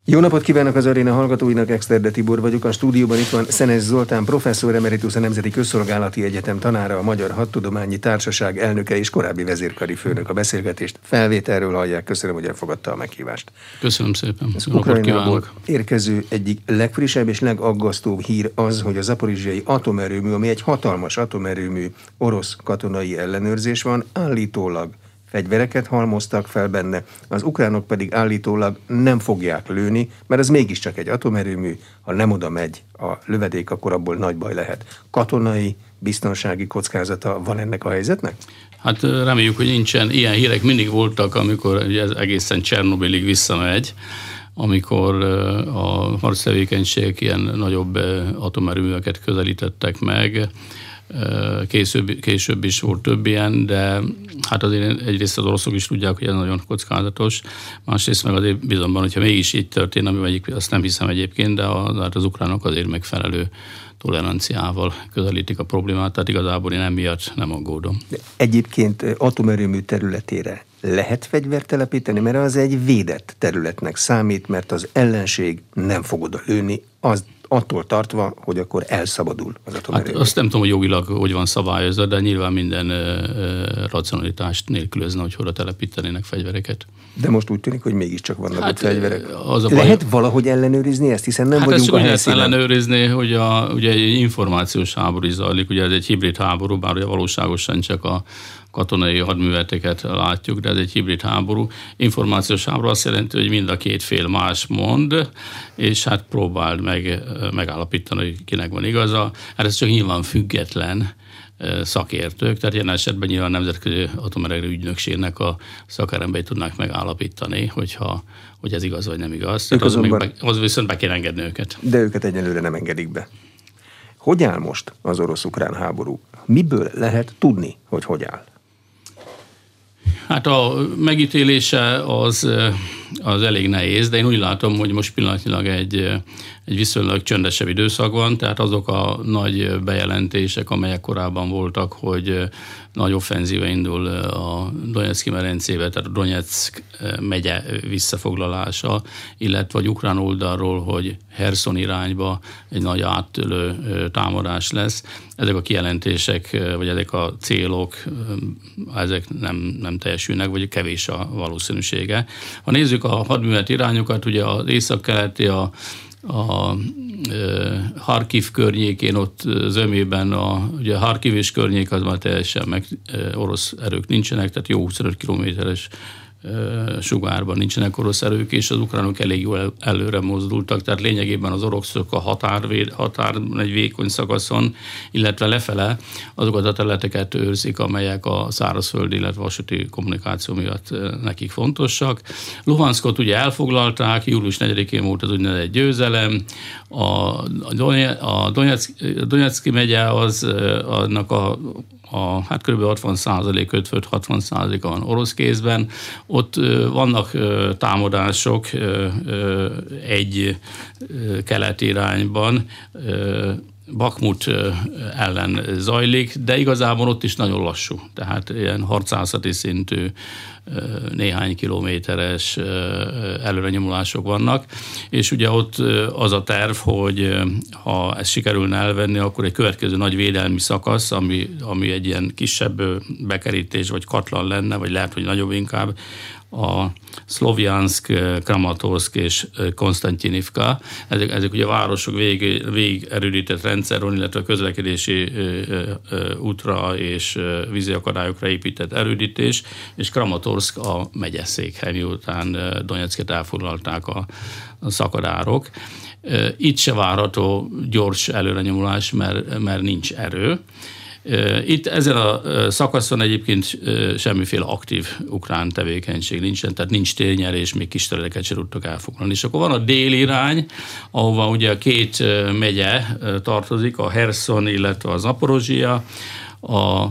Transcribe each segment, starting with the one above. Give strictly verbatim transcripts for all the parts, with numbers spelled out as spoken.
Jó napot kívánok az aréna hallgatóinak, Exterde Tibor vagyok. A stúdióban itt van Szenes Zoltán, professzor emeritus, a Nemzeti Közszolgálati Egyetem tanára, a Magyar Hadtudományi Társaság elnöke és korábbi vezérkari főnök. A beszélgetést felvételről hallják. Köszönöm, hogy elfogadta a meghívást. Köszönöm szépen. Az Ukrajnából érkező egyik legfrissebb és legaggasztóbb hír az, hogy a zaporizsiai atomerőmű, ami egy hatalmas atomerőmű, orosz katonai ellenőrzés van, állítólag fegyvereket halmoztak fel benne, az ukránok pedig állítólag nem fogják lőni, mert ez mégiscsak egy atomerőmű, ha nem oda megy a lövedék, akkor abból nagy baj lehet. Katonai, biztonsági kockázata van ennek a helyzetnek? Hát reméljük, hogy nincsen. Ilyen hírek mindig voltak, amikor ez egészen Csernobilig visszamegy, amikor a harctevékenységek ilyen nagyobb atomerőműveket közelítettek meg. Később, később is volt több ilyen, de hát azért egyrészt az oroszok is tudják, hogy ez nagyon kockázatos, másrészt meg azért bizonban, hogyha mégis így történne, ami egyik, azt nem hiszem egyébként, de az, hát az ukránok azért megfelelő toleranciával közelítik a problémát, tehát igazából én emiatt nem aggódom. De egyébként atomerőmű területére lehet fegyvert telepíteni, mert az egy védett területnek számít, mert az ellenség nem fog oda lőni, az attól tartva, hogy akkor elszabadul az atomerőmű. Hát azt nem tudom, hogy jogilag hogy van szabályozva, de nyilván minden ö, ö, racionalitást nélkülözne, hogy hol telepítenének fegyvereket. De most úgy tűnik, hogy mégiscsak vannak hát, ott fegyverek. Az a baj, lehet valahogy ellenőrizni ezt, hiszen nem hát vagyunk a helyszínen. Hát ezt ellenőrizni, hogy a, ugye egy információs háború zajlik, ugye ez egy hibrid háború, bár ugye valóságosan csak a katonai hadműveleteket látjuk, de ez egy hibrid háború. Információs háború azt jelenti, hogy mind a két fél más mond, és hát próbáld meg megállapítani, hogy kinek van igaza. Hát ez csak nyilván független szakértők, tehát ilyen esetben nyilván a Nemzetközi Atomenergia Ügynökségnek a szakemberei tudnák megállapítani, hogyha, hogy ez igaz vagy nem igaz. Tehát az, azonban, be, az viszont be kéne engedni őket. De őket egyelőre nem engedik be. Hogy áll most az orosz-ukrán háború? Miből lehet tudni, hogy hogy áll? Hát a megítélése az, az elég nehéz, de én úgy látom, hogy most pillanatnyilag egy, egy viszonylag csöndesebb időszak van, tehát azok a nagy bejelentések, amelyek korábban voltak, hogy nagy offenzíva indul a Donetszki medencébe, tehát a Donetszk megye visszafoglalása, illetve vagy ukrán oldalról, hogy Herson irányba egy nagy áttölő támadás lesz. Ezek a kijelentések, vagy ezek a célok, ezek nem, nem teljesülnek, vagy kevés a valószínűsége. Ha nézzük a hadművelet irányokat, ugye az északkeleti, a a Harkiv környékén, ott zömében, a, ugye a Harkiv és környék az már teljesen meg orosz erők nincsenek, tehát jó huszonöt kilométeres sugárban nincsenek orosz erők, és az ukránok elég jól előre mozdultak, tehát lényegében az oroszok a határvéd, határ egy vékony szakaszon, illetve lefele azokat a területeket őrzik, amelyek a szárazföldi, illetve vasúti kommunikáció miatt nekik fontosak. Luhanszkot ugye elfoglalták, július negyedikén volt az úgynevezett győzelem, a, a Donetszki megye az annak a A, hát kb. hatvan százalék, ötven-hatvan százaléka van orosz kézben. Ott vannak támadások egy keleti irányban, Bakmut ellen zajlik, de igazából ott is nagyon lassú. Tehát ilyen harcászati szintű, néhány kilométeres előrenyomulások vannak, és ugye ott az a terv, hogy ha ezt sikerülne elvenni, akkor egy következő nagy védelmi szakasz, ami, ami egy ilyen kisebb bekerítés, vagy katlan lenne, vagy lehet, hogy nagyobb inkább, a Szlovjanszk, Kramatorszk és Konstantinivka. Ezek, ezek ugye a városok végig, végig erődített rendszeron, illetve a közlekedési útra és vízi akadályokra épített erődítés, és Kramatorszk a megyeszékhely, miután Donetsket elfoglalták a, a szakadárok. Itt se várható gyors előrenyomulás, mert, mert nincs erő. Itt ezen a szakaszon egyébként semmiféle aktív ukrán tevékenység nincsen, tehát nincs térnyerés, még kis területeket sem tudtak elfoglalni. És akkor van a déli irány, ahova ugye a két megye tartozik, a Herson, illetve a Zaporozsia, a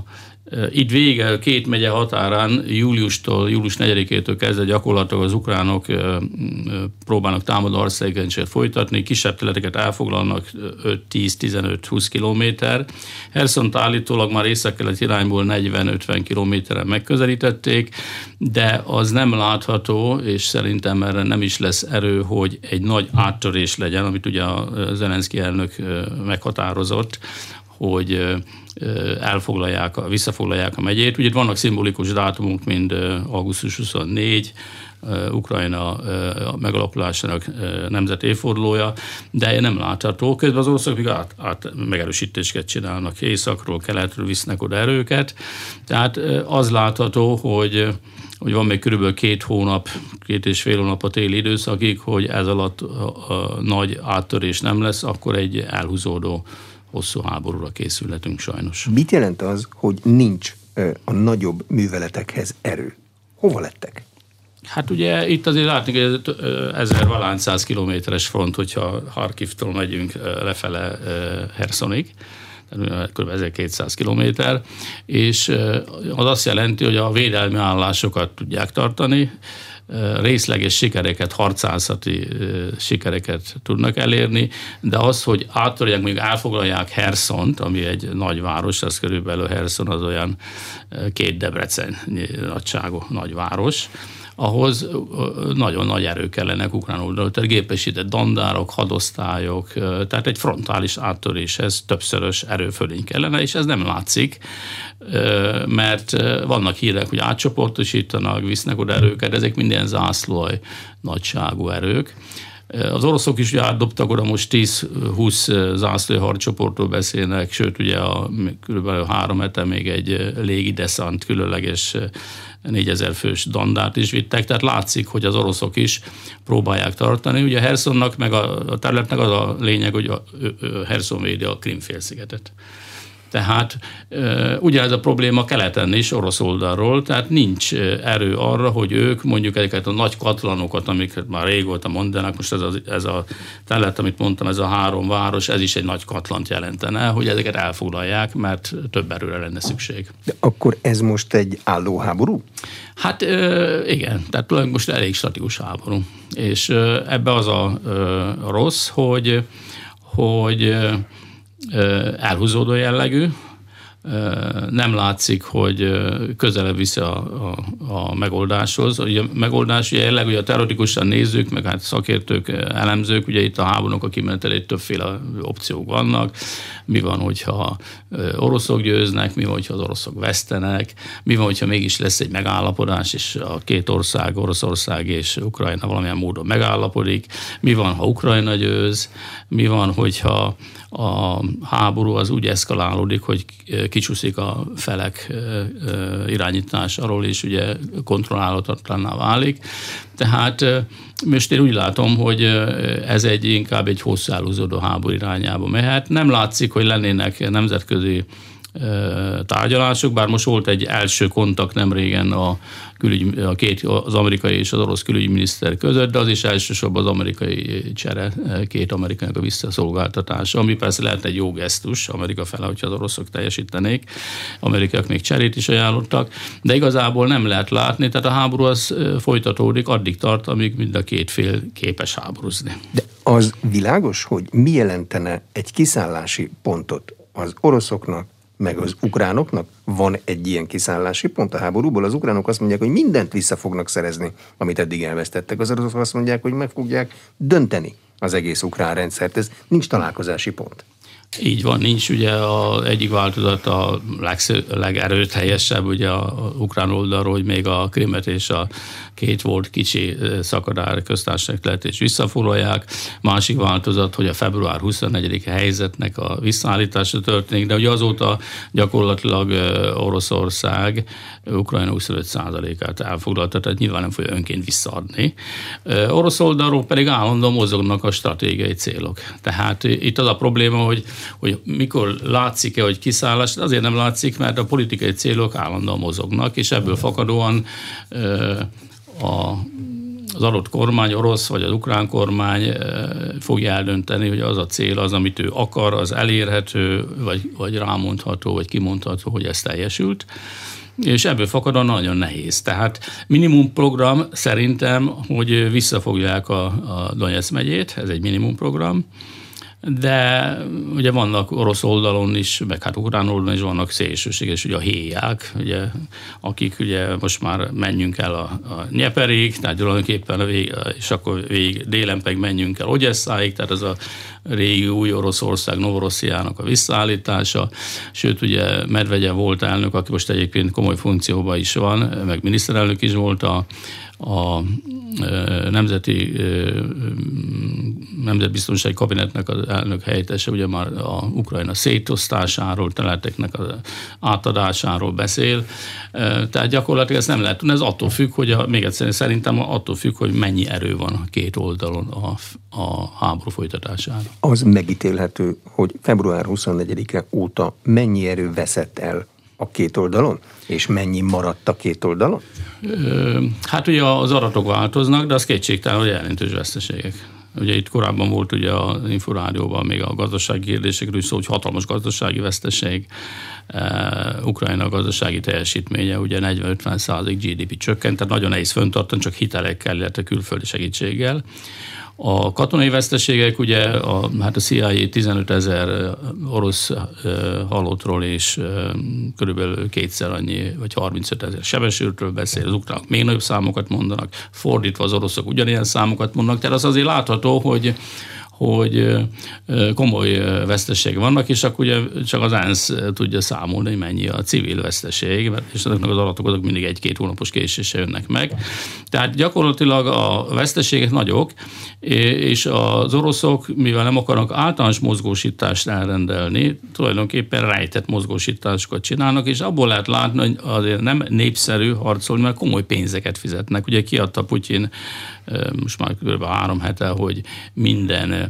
Itt vége, két megye határán júliustól, július negyedikétől kezdve gyakorlatilag az ukránok próbálnak támadó harctevékenységet folytatni, kisebb területeket elfoglalnak öt, tíz, tizenöt, húsz kilométer. Herszont állítólag már észak-kelet irányból negyven-ötven kilométeren megközelítették, de az nem látható, és szerintem erre nem is lesz erő, hogy egy nagy áttörés legyen, amit ugye a Zelenszky elnök meghatározott, hogy elfoglalják, visszafoglalják a megyét. Ugye itt vannak szimbolikus dátumok, mint augusztus huszonnégy, Ukrajna megalakulásának nemzeti évfordulója, de nem látható. Közben az oroszok még át, át megerősítéseket csinálnak. Északról, keletről visznek oda erőket. Tehát az látható, hogy hogy van még körülbelül két hónap, két és fél hónap a téli időszakig, hogy ez alatt a, a nagy áttörés nem lesz, akkor egy elhúzódó hosszú háborúra készülhetünk sajnos. Mit jelent az, hogy nincs a nagyobb műveletekhez erő? Hova lettek? Hát ugye itt azért látni, hogy ezer valány száz kilométeres front, hogyha Harkivtól megyünk lefele Hersonig, kb. ezerkétszáz kilométer, és az azt jelenti, hogy a védelmi állásokat tudják tartani, részleges sikereket, harcászati sikereket tudnak elérni, de az, hogy áttörják, mondjuk elfoglalják Herszont, ami egy nagy város, az körülbelül Herszon az olyan két Debrecen nagyságú nagyváros, ahhoz nagyon nagy erők kellenek ukrán oldalról, tehát gépesített dandárok, hadosztályok, tehát egy frontális áttöréshez többszörös erőfölény kellene, és ez nem látszik, mert vannak hírek, hogy átcsoportosítanak, visznek oda erőket, ezek minden zászlóaj nagyságú erők. Az oroszok is ugye átdobtak oda, most tíz-húsz zászlói hadcsoportról beszélnek, sőt ugye a, körülbelül három hete még egy légideszant különleges négyezer fős dandát is vittek, tehát látszik, hogy az oroszok is próbálják tartani. Ugye Herszonnak meg a, a területnek az a lényeg, hogy a, a Herszon védi a Krim-félszigetet. Tehát ugye ez a probléma keleten is, orosz oldalról, tehát nincs erő arra, hogy ők mondjuk ezeket a nagy katlanokat, amiket már régóta mondanak, most ez a, ez a terület, amit mondtam, ez a három város, ez is egy nagy katlant jelentene, hogy ezeket elfoglalják, mert több erőre lenne szükség. De akkor ez most egy álló háború? Hát igen, tehát tulajdonképpen most elég statikus háború. És ebbe az a rossz, hogy, hogy elhúzódó jellegű, nem látszik, hogy közelebb viszi a, a, a megoldáshoz. Ugye a megoldás jelleg, hogy a teoretikusan nézők, meg hát szakértők, elemzők, ugye itt a háborúnak a kimenetelét többféle opciók vannak. Mi van, hogyha oroszok győznek, mi van, hogyha az oroszok vesztenek, mi van, hogyha mégis lesz egy megállapodás, és a két ország, Oroszország és Ukrajna valamilyen módon megállapodik, mi van, ha Ukrajna győz, mi van, hogyha a háború az úgy eszkalálódik, hogy kicsúszik a felek irányítás arról, és ugye kontrollálhatatlanná válik. Tehát most én úgy látom, hogy ez egy inkább egy hosszú elhúzódó háború irányába mehet. Nem látszik, hogy lennének nemzetközi tárgyalások, bár most volt egy első kontakt nem régen a, külügy, a két, az amerikai és az orosz külügyminiszter között, de az is elsősorban az amerikai csere, két amerikainak a visszaszolgáltatása, ami persze lehet egy jó gesztus Amerika fele, hogyha az oroszok teljesítenék. Amerikaiak még cserét is ajánlottak, de igazából nem lehet látni, tehát a háború az folytatódik, addig tart, amíg mind a két fél képes háborúzni. De az világos, hogy mi jelentene egy kiszállási pontot az oroszoknak, meg az ukránoknak? Van egy ilyen kiszállási pont a háborúból? Az ukránok azt mondják, hogy mindent vissza fognak szerezni, amit eddig elvesztettek. Az oroszok azt mondják, hogy meg fogják dönteni az egész ukrán rendszert. Ez nincs találkozási pont. Így van, nincs ugye az egyik változat a legsző, legerőteljesebb ugye a ukrán oldalról, hogy még a Krimet és a két volt kicsi szakadár köztársaság lehet és visszafoglalják. Másik változat, hogy a február huszonnegyedike helyzetnek a visszaállítása történik, de ugye azóta gyakorlatilag Oroszország Ukrajna huszonöt százalékát elfoglalta, tehát nyilván nem fogja önként visszaadni. Orosz oldalról pedig állandóan mozognak a stratégiai célok. Tehát itt az a probléma, hogy hogy mikor látszik-e, hogy kiszállás, azért nem látszik, mert a politikai célok állandóan mozognak, és ebből fakadóan a, az az adott kormány, orosz vagy az ukrán kormány fogja eldönteni, hogy az a cél, az, amit ő akar, az elérhető, vagy, vagy rámondható, vagy kimondható, hogy ez teljesült. És ebből fakadóan nagyon nehéz. Tehát minimum program szerintem, hogy visszafogják a, a Donetsz megyét, ez egy minimum program, de ugye vannak orosz oldalon is, meg hát ukrán oldalon is vannak szélsőséges, ugye a héják, ugye, akik ugye most már menjünk el a, a Nyeperig, tehát tulajdonképpen a vég, és akkor végig délen pedig menjünk el Ogyesszáig, tehát az a régi új Oroszország, Novorossziának a visszaállítása, sőt ugye Medvegyev volt elnök, aki most egyébként komoly funkcióban is van, meg miniszterelnök is volt a a nemzeti nemzetbiztonsági kabinetnek az elnök helyettese, ugye már a Ukrajna szétosztásáról, területeknek az átadásáról beszél. Tehát gyakorlatilag ezt nem lehet tudni, ez attól függ, hogy a, még egyszer szerintem attól függ, hogy mennyi erő van a két oldalon a, a háború folytatására. Az megítélhető, hogy február huszonnegyedike óta mennyi erő veszett el a két oldalon, és mennyi maradt a két oldalon? Hát ugye az adatok változnak, de az kétségtelen, hogy jelentős veszteségek. Ugye itt korábban volt ugye az Inforádióban még a gazdasági kérdésekről is szó, hogy hatalmas gazdasági veszteség, uh, Ukrajna gazdasági teljesítménye ugye negyven-ötven százalék gé dé pé csökkent, tehát nagyon nehéz föntartani, csak hitelekkel, illetve külföldi segítséggel. A katonai veszteségek, ugye a, hát a cé i á tizenötezer orosz uh, halottról és uh, körülbelül kétszer annyi, vagy harmincötezer sebesültről beszél, az ukránok még nagyobb számokat mondanak, fordítva az oroszok ugyanilyen számokat mondanak, tehát az azért látható, hogy hogy komoly veszteség vannak, és akkor ugye csak az ENSZ tudja számolni, hogy mennyi a civil veszteség, és azoknak az adatok azok mindig egy-két hónapos késéssel jönnek meg. Tehát gyakorlatilag a veszteségek nagyok, és az oroszok, mivel nem akarnak általános mozgósítást elrendelni, tulajdonképpen rejtett mozgósításokat csinálnak, és abból lehet látni, hogy azért nem népszerű harcolni, mert komoly pénzeket fizetnek. Ugye kiadta Putyin most már kb. három hete, hogy minden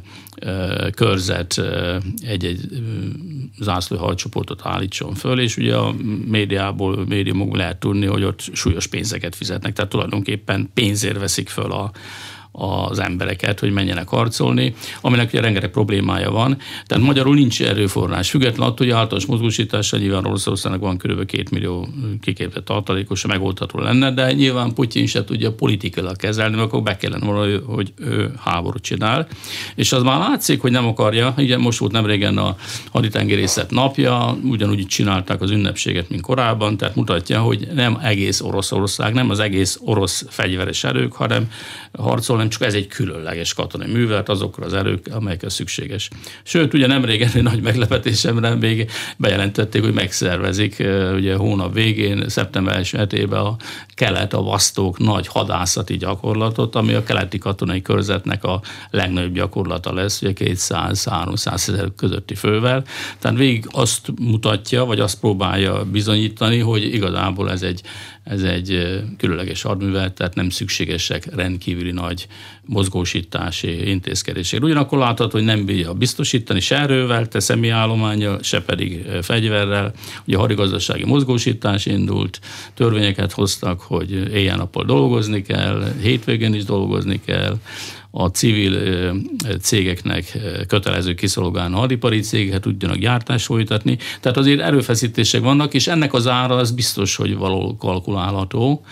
körzet egy-egy zászlóhajcsoportot állítson föl, és ugye a médiából, médiumokból lehet tudni, hogy ott súlyos pénzeket fizetnek, tehát tulajdonképpen pénzért veszik föl a az embereket, hogy menjenek harcolni, aminek ugye rengeteg problémája van. Tehát magyarul nincs erőforrás. Független attól, hogy általános mozgósítással nyilván Oroszországnak van kb. két millió kiképzett tartalékos, megoldható lenne, de nyilván Putyin se tudja politikailag kezelni, mert akkor be kellene volna, hogy ő háborút csinál. És az már látszik, hogy nem akarja. Ugye most volt nemrégen a haditengerészet napja, ugyanúgy csinálták az ünnepséget, mint korábban, tehát mutatja, hogy nem egész Oroszország, nem az egész orosz fegyveres erők, hanem harcol, nem csak ez egy különleges katonai művelet azokra az erők, amelyekre szükséges. Sőt, ugye nemrégen egy nagy meglepetésemre még bejelentették, hogy megszervezik ugye hónap végén, szeptember első hetében a kelet, a vasztók nagy hadászati gyakorlatot, ami a keleti katonai körzetnek a legnagyobb gyakorlata lesz, ugye kétszáz-háromszázezer közötti fővel. Tehát végig azt mutatja, vagy azt próbálja bizonyítani, hogy igazából ez egy, ez egy különleges hadművelet, tehát nem szükségesek rendkívüli nagy mozgósítási intézkedések. Ugyanakkor látható, hogy nem bírja biztosítani se erővel, te személyállománnyal, se pedig fegyverrel. Ugye hadigazdasági mozgósítás indult, törvényeket hoztak, hogy éjjel-nappal dolgozni kell, hétvégén is dolgozni kell, a civil cégeknek kötelező kiszolgálni a hadipari cégeket, tudjanak gyártást folytatni. Tehát azért erőfeszítések vannak, és ennek az ára az biztos, hogy való kalkulálható.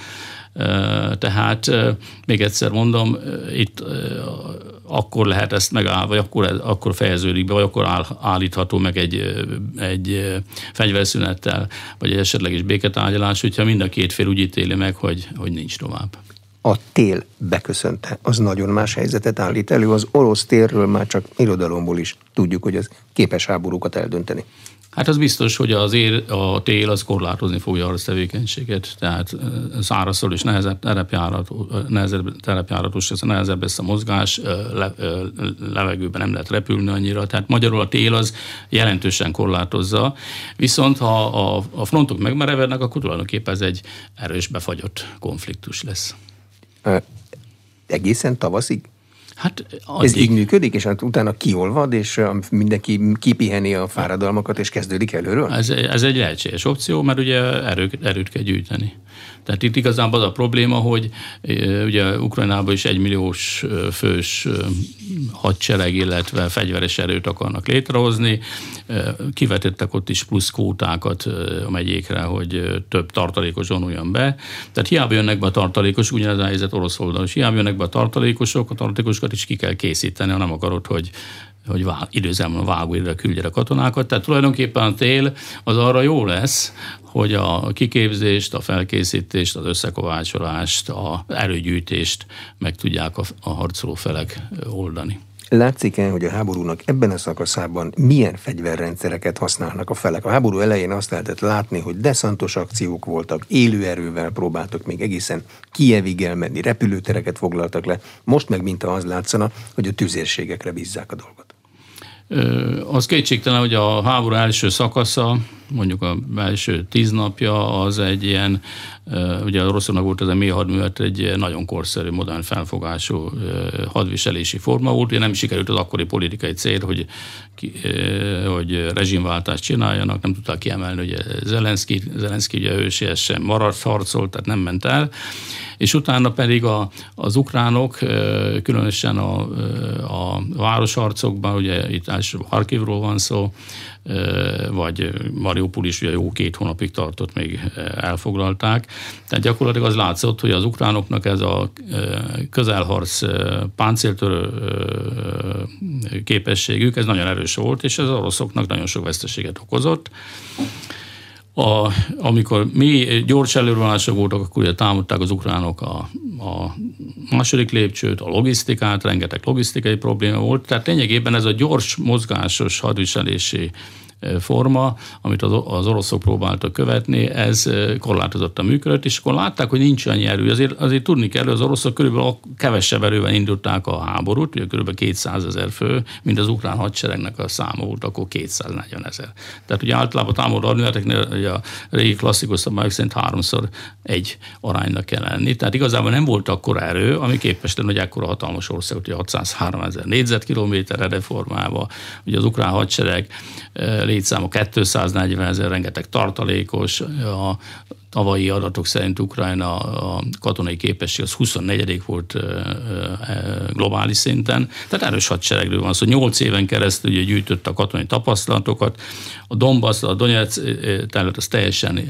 Tehát még egyszer mondom, itt akkor lehet ezt megáll, vagy akkor, akkor fejeződik be, vagy akkor áll, állítható meg egy, egy fegyverszünettel, vagy egy esetleges béketárgyalás, hogyha mind a két fél úgy ítéli meg, hogy, hogy nincs tovább. A tél beköszönte, az nagyon más helyzetet állít elő. Az orosz térről már csak irodalomból is tudjuk, hogy az képes háborúkat eldönteni. Hát az biztos, hogy az ér, a tél az korlátozni fogja a tevékenységet, tehát szárazszor és nehezebb terepjáratos, nehezebb terepjáratos, nehezebb lesz a mozgás, le, levegőben nem lehet repülni annyira, tehát magyarul a tél az jelentősen korlátozza, viszont ha a, a frontok megmerevednek, akkor tulajdonképpen ez egy erős befagyott konfliktus lesz. Egészen tavaszig? Hát addig... Ez így működik, és hát utána kiolvad, és mindenki kipiheni a fáradalmakat, és kezdődik előről? Ez, ez egy lehetséges opció, mert ugye erőt, erőt kell gyűjteni. Tehát itt igazából az a probléma, hogy ugye Ukrajnában is egymilliós fős hadsereg, illetve fegyveres erőt akarnak létrehozni. Kivetettek ott is plusz kvótákat a megyékre, hogy több tartalékos vonuljon be. Tehát hiába jönnek be a tartalékosok, ugyanez a helyzet orosz oldalon is, hiába jönnek be a tartalékosok, a tartalékosokat is ki kell készíteni, ha nem akarod, hogy hogy vág, időzemben a vágóidőre küldje a katonákat. Tehát tulajdonképpen a tél az arra jó lesz, hogy a kiképzést, a felkészítést, az összekovácsolást, az erőgyűjtést meg tudják a, a harcoló felek oldani. Látszik-e, hogy a háborúnak ebben a szakaszában milyen fegyverrendszereket használnak a felek? A háború elején azt lehetett látni, hogy deszantos akciók voltak, élő erővel próbáltak még egészen Kijevig elmenni, repülőtereket foglaltak le. Most meg mintha az látszana, hogy a tüzérségekre bízzák a dolgot. Az kétségtelen, hogy a háború első szakasza, mondjuk a első tíz napja, az egy ilyen, ugye a oroszoknak volt ez a mélyhadművelet, egy nagyon korszerű, modern felfogású hadviselési forma volt. Ugye nem sikerült az akkori politikai cél, hogy, hogy rezsimváltást csináljanak, nem tudták kiemelni, hogy Zelenszky, Zelenszky ugye hősiesen maradt, harcolt, tehát nem ment el. És utána pedig a, az ukránok, különösen a, a városharcokban, ugye itt elsőbb Harkivról van szó, vagy Mariupol is ugye jó két hónapig tartott, még elfoglalták. Tehát gyakorlatilag az látszott, hogy az ukránoknak ez a közelharc páncéltörő képességük, ez nagyon erős volt, és ez az oroszoknak nagyon sok veszteséget okozott. A, amikor mi gyors előrevonások voltak, akkor ugye támadták az ukránok a, a második lépcsőt, a logisztikát, rengeteg logisztikai probléma volt, tehát lényegében ez a gyors, mozgásos hadviselési forma, amit az oroszok próbáltak követni, ez korlátozottan működött, és akkor látták, hogy nincs annyi erő. Azért, azért tudni kell, hogy az oroszok körülbelül kevesebb erővel indulták a háborút, ugye körülbelül kétszázezer fő, mint az ukrán hadseregnek a száma volt, akkor kétszáznegyvenezer. Tehát ugye általában támadó hadműveleteknél a régi klasszikus szabályok szerint háromszor egy aránynak kell lenni. Tehát igazából nem volt akkora erő, ami képes lenni, hogy ekkora hatalmas ország, ugye hatszázháromezer négyzetkilométerre reformálva, ugye az ukrán hadsereg létszáma kétszáznegyvenezer, rengeteg tartalékos, a tavalyi adatok szerint Ukrajna a katonai képesség az huszonnegyedik volt globális szinten, tehát erős hadseregről van szó. Szóval nyolc éven keresztül ugye gyűjtött a katonai tapasztalatokat. A Donbass, a Donetsz terület az teljesen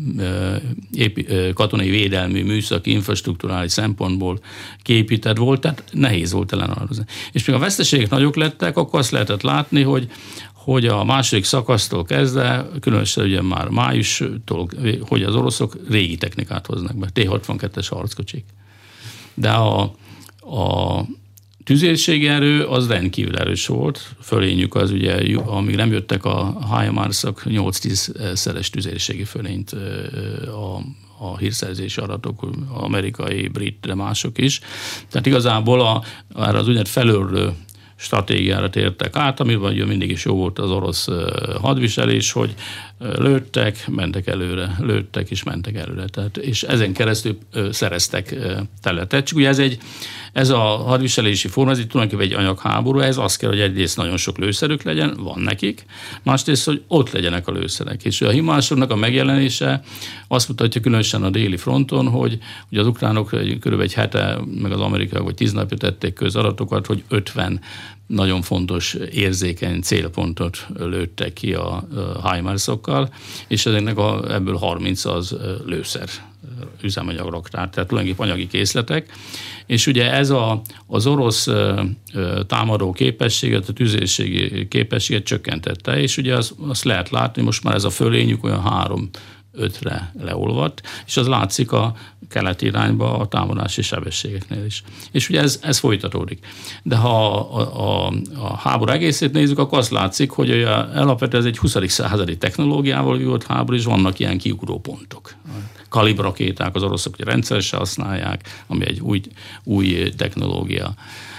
katonai védelmi, műszaki, infrastrukturális szempontból kiépített volt, tehát nehéz volt ellenáldozni. És még a veszteségek nagyok lettek, akkor azt lehetett látni, hogy hogy a második szakasztól kezdve, különösen ugye már májustól, hogy az oroszok régi technikát hoznak be, té hatvankettes harckocsik. De a, a tüzérségi erő az rendkívül erős volt, fölényük az ugye, amíg nem jöttek a HIMARS-ok, nyolc-tíz-szeres tüzérségi fölényt a a hírszerzési adatok, amerikai, brit, de mások is. Tehát igazából a, arra az úgynevezett felőrlő stratégiára tértek át, amiben ugye mindig is jó volt az orosz hadviselés, hogy lőttek, mentek előre, lőttek és mentek előre. Tehát, és ezen keresztül szereztek területet. Csak ugye ez, egy, ez a hadviselési forma, ez itt tulajdonképpen egy anyagháború, ez azt kell, hogy egyrészt nagyon sok lőszerük legyen, van nekik, másrészt, hogy ott legyenek a lőszerek. És a HIMARS-oknak a megjelenése azt mutatja különösen a déli fronton, hogy ugye az ukránok körülbelül egy hete, meg az amerikaiak vagy tíz napja tették köz adatokat, hogy ötven nagyon fontos érzékeny célpontot lőttek ki a HIMARS-okkal, és ezeknek a, ebből harminc az lőszer üzemanyag raktár, tehát tulajdonképpen anyagi készletek, és ugye ez a, az orosz támadó képességet, a tüzérségi képességet csökkentette, és ugye az, azt lehet látni, most már ez a fölényük olyan három ötre leolvadt, és az látszik a keleti irányba a támadási sebességeknél is. És ugye ez, ez folytatódik. De ha a, a, a háború egészét nézzük, akkor azt látszik, hogy alapvetően ez egy huszadik századi technológiával vívott háború, és vannak ilyen kiugró pontok. Kalibrakéták az oroszok ugye rendszeresen használják, ami egy új, új technológia.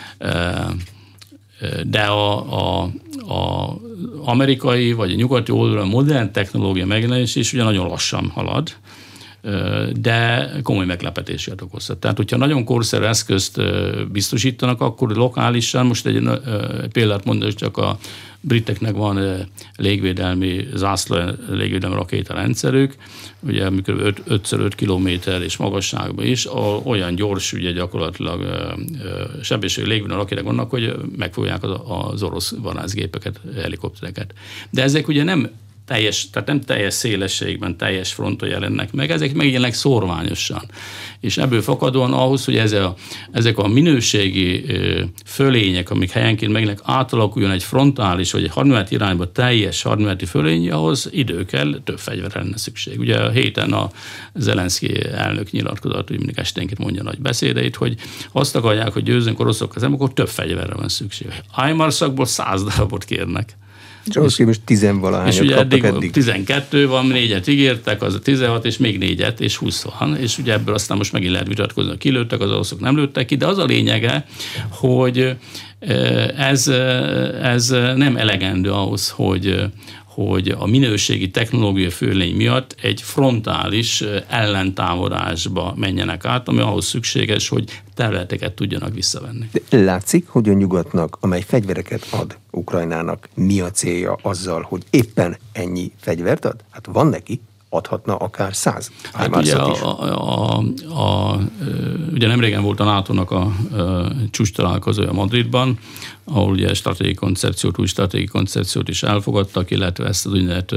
De a, a, a amerikai vagy a nyugati oldalon modern technológia megjelenés is ugye nagyon lassan halad. de komoly meglepetéseket okozhat. Tehát, hogyha nagyon korszerű eszközt biztosítanak, akkor lokálisan, most egy példát mondom, csak a briteknek van légvédelmi zászló, légvédelmi rakétarendszerük, ugye amikor öt öt kilométer és magasságban is, olyan gyors, ugye gyakorlatilag sebességű légvédelmi rakéták vannak, hogy megfogják az orosz vadászgépeket, helikoptereket. De ezek ugye nem teljes, tehát nem teljes szélességben, teljes fronton jelennek meg, ezek megjelennek szórványosan. És ebből fakadóan ahhoz, hogy ez a, ezek a minőségi fölények, amik helyenként megjelennek, átalakuljon egy frontális vagy egy hadműveleti irányba teljes hadműveleti fölény, ahhoz idő kell, több fegyverre lenne szükség. Ugye a héten a Zelenszky elnök nyilatkozott, hogy mindig esténként mondja nagy beszédeit, hogy azt akarják, hogy győzzünk oroszok az akkor több fegyverre van szükség. HIMARS-akból száz darabot kérnek. És ahhoz képest tizenvalahányat kaptak eddig. eddig. tizenkettő van, négyet ígértek, az a tizenhat, és még négyet, és húsz van. És ugye ebből aztán most megint lehet vitatkozni, hogy kilőttek, az oroszok nem lőttek ki, de az a lényege, hogy ez, ez nem elegendő ahhoz, hogy hogy a minőségi technológiai fölény miatt egy frontális ellentámadásba menjenek át, ami ahhoz szükséges, hogy területeket tudjanak visszavenni. De látszik, hogy a nyugatnak, amely fegyvereket ad Ukrajnának, mi a célja azzal, hogy éppen ennyi fegyvert ad? Hát van neki, adhatna akár száz. Hát ugye, a, a, a, a, ugye nem régen volt a nátónak a, a csúcs találkozója Madridban, ahol ugye stratégiai koncepciót, új stratégiai koncepciót is elfogadtak, illetve ezt az úgynevezett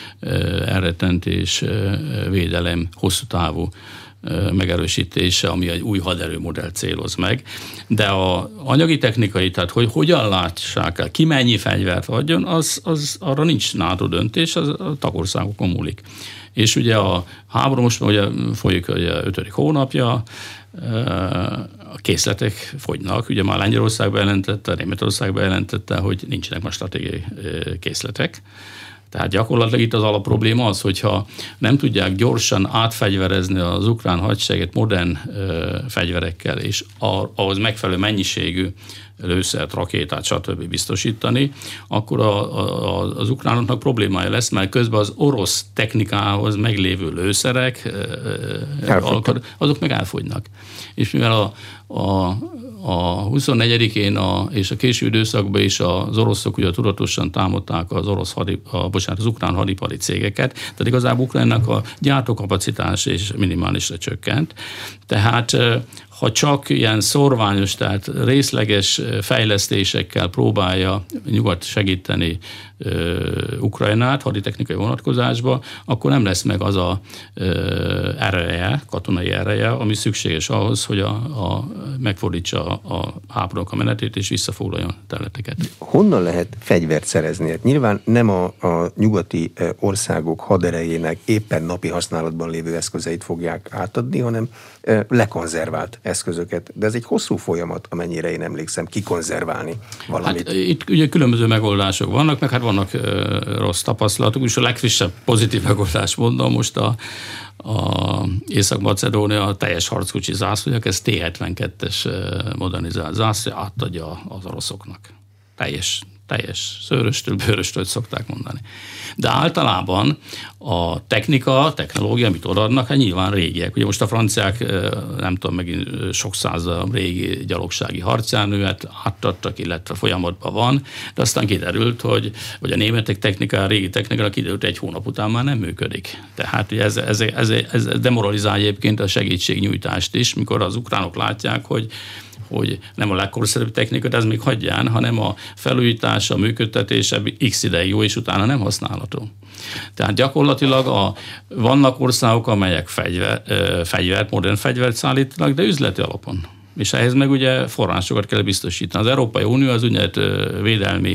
elrettentés védelem hosszú távú megerősítése, ami egy új haderőmodell céloz meg. De a anyagi technikai, tehát hogy hogyan látsák el, ki mennyi fegyvert adjon, az, az arra nincs NATO döntés, az a tagországokon múlik. És ugye a háború most ugye folyik ugye ötödik hónapja, a készletek fogynak, ugye már Lengyelország bejelentette, Németország bejelentette, hogy nincsenek már stratégiai készletek. Tehát gyakorlatilag itt az alapprobléma az, hogyha nem tudják gyorsan átfegyverezni az ukrán hadsereget modern ö, fegyverekkel, és ahhoz megfelelő mennyiségű lőszert, rakétát, stb. Biztosítani, akkor a, a, az ukránoknak problémája lesz, mert közben az orosz technikához meglévő lőszerek, ö, azok meg elfogynak. És mivel a, a A huszonnegyedikén a, és a késő időszakban is az oroszok ugye tudatosan támadták az orosz hadi, a, bocsánat, az ukrán hadipari cégeket, tehát igazából Ukrajnának a gyártókapacitás is minimálisra csökkent. Tehát ha csak ilyen szorványos, tehát részleges fejlesztésekkel próbálja nyugat segíteni Ukrajnát haditechnikai vonatkozásba, akkor nem lesz meg az a ereje, katonai ereje, ami szükséges ahhoz, hogy a, a, megfordítsa a, a háborúnak a menetét és visszafoglaljon területeket. Honnan lehet fegyvert szerezni? Hát nyilván nem a, a nyugati országok haderejének éppen napi használatban lévő eszközeit fogják átadni, hanem lekonzervált eszközöket. De ez egy hosszú folyamat, amennyire én emlékszem, kikonzerválni valamit. Hát itt ugye különböző megoldások vannak, meg hát vannak uh, rossz tapasztalatok, és a legfrissebb pozitív megoldás mondom, most a, a Észak-Macedónia a teljes harckocsi zászlója, ez té hetvenkettes modernizált zászlója átadja az oroszoknak. Teljes, teljes szőröstől, bőröstől szokták mondani. De általában a technika, a technológia, amit odaadnak, hát nyilván régiek. Ugye most a franciák, nem tudom, megint sok száz régi gyalogsági harcjárművet átadtak, illetve folyamatban van, de aztán kiderült, hogy, hogy a németek technikája, a régi technikára kiderült, egy hónap után már nem működik. Tehát ez, ez, ez, ez demoralizálja egyébként a segítségnyújtást is, mikor az ukránok látják, hogy hogy nem a legkorszerűbb technika, de ez még hagyján, hanem a felújítása, a működtetése x ideig jó, és utána nem használható. Tehát gyakorlatilag a, vannak országok, amelyek fegyver, fegyvert, modern fegyvert szállítanak, de üzleti alapon. És ehhez meg ugye forrásokat kell biztosítani. Az Európai Unió az úgynevezett védelmi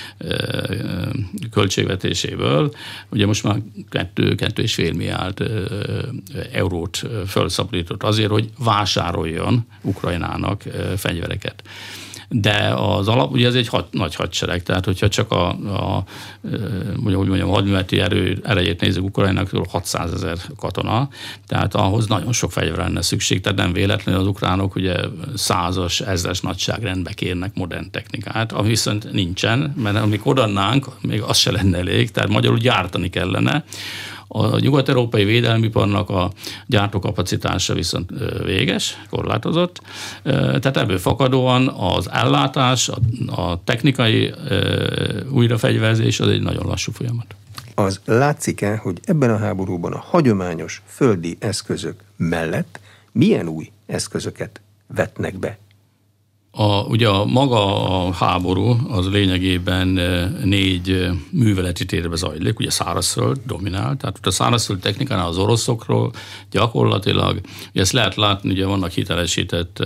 költségvetéséből, ugye most már kettő, kettő és fél milliárd eurót felszabadított azért, hogy vásároljon Ukrajnának fegyvereket. De az alap, ugye ez egy hat, nagy hadsereg, tehát hogyha csak a, a mondjam, hogy mondjam, hadműveleti erő erejét nézzük Ukrajnának, hatszázezer katona, tehát ahhoz nagyon sok fegyver lenne szükség, tehát nem véletlenül az ukránok ugye százas, ezres nagyságrendbe kérnek modern technikát, ami viszont nincsen, mert amikor odannánk, még az se lenne elég, tehát magyarul gyártani kellene. A nyugat-európai védelmiparnak a gyártókapacitása viszont véges, korlátozott. Tehát ebből fakadóan az ellátás, a, a technikai újrafegyverzés az egy nagyon lassú folyamat. Az látszik-e, hogy ebben a háborúban a hagyományos földi eszközök mellett milyen új eszközöket vetnek be? A, ugye a maga a háború az lényegében négy műveleti térbe zajlik, ugye szárazföld dominál, tehát a szárazföld technikánál az oroszokról gyakorlatilag, ugye ezt lehet látni, ugye vannak hitelesített